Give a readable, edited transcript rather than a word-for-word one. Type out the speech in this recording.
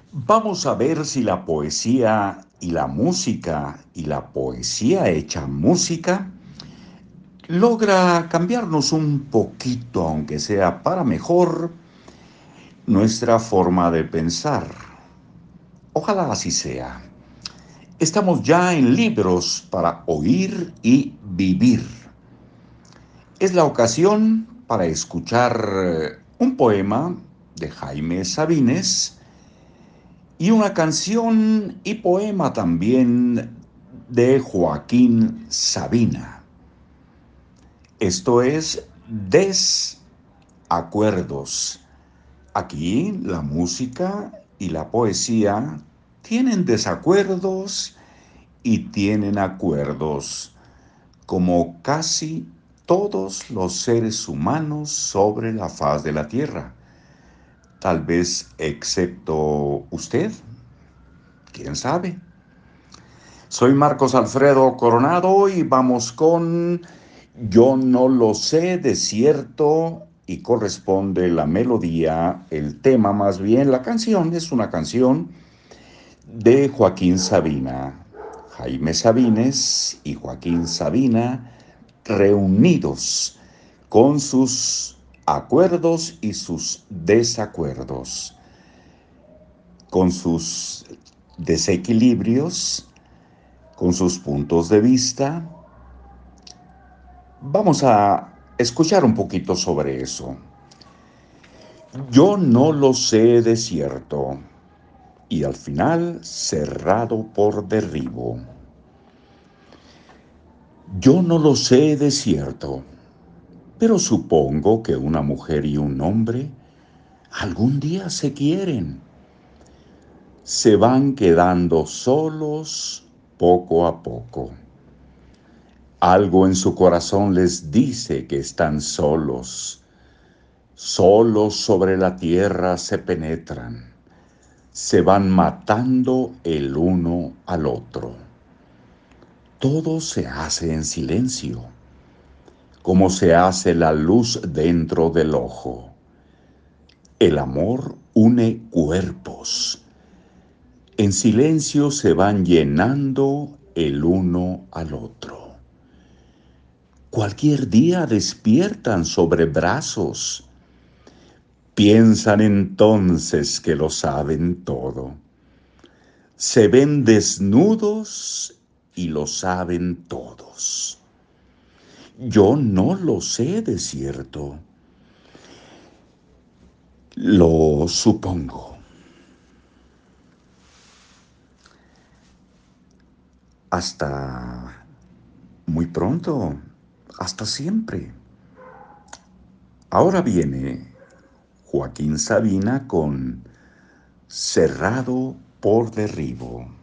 Vamos a ver si la poesía y la música y la poesía hecha música logra cambiarnos un poquito, aunque sea para mejor, nuestra forma de pensar. Ojalá así sea. Estamos ya en libros para oír y vivir. Es la ocasión para escuchar un poema de Jaime Sabines y una canción y poema también de Joaquín Sabina. Esto es Desacuerdos. Aquí la música y la poesía tienen desacuerdos y tienen acuerdos, como casi todos los seres humanos sobre la faz de la tierra. Tal vez excepto usted, quién sabe. Soy Marcos Alfredo Coronado y vamos con Yo no lo sé de cierto y corresponde la melodía, el tema más bien, la canción es una canción de Joaquín Sabina. Jaime Sabines y Joaquín Sabina reunidos con sus acuerdos y sus desacuerdos, con sus desequilibrios, con sus puntos de vista. Vamos a escuchar un poquito sobre eso. Yo no lo sé de cierto, y al final cerrado por derribo. Yo no lo sé de cierto, pero supongo que una mujer y un hombre algún día se quieren. Se van quedando solos poco a poco. Algo en su corazón les dice que están solos. Solos sobre la tierra se penetran. Se van matando el uno al otro. Todo se hace en silencio, como se hace la luz dentro del ojo. El amor une cuerpos. En silencio se van llenando el uno al otro. Cualquier día despiertan sobre brazos. Piensan entonces que lo saben todo. Se ven desnudos y lo saben todos. Yo no lo sé de cierto. Lo supongo. Hasta muy pronto. Hasta siempre. Ahora viene Joaquín Sabina con Cerrado por derribo.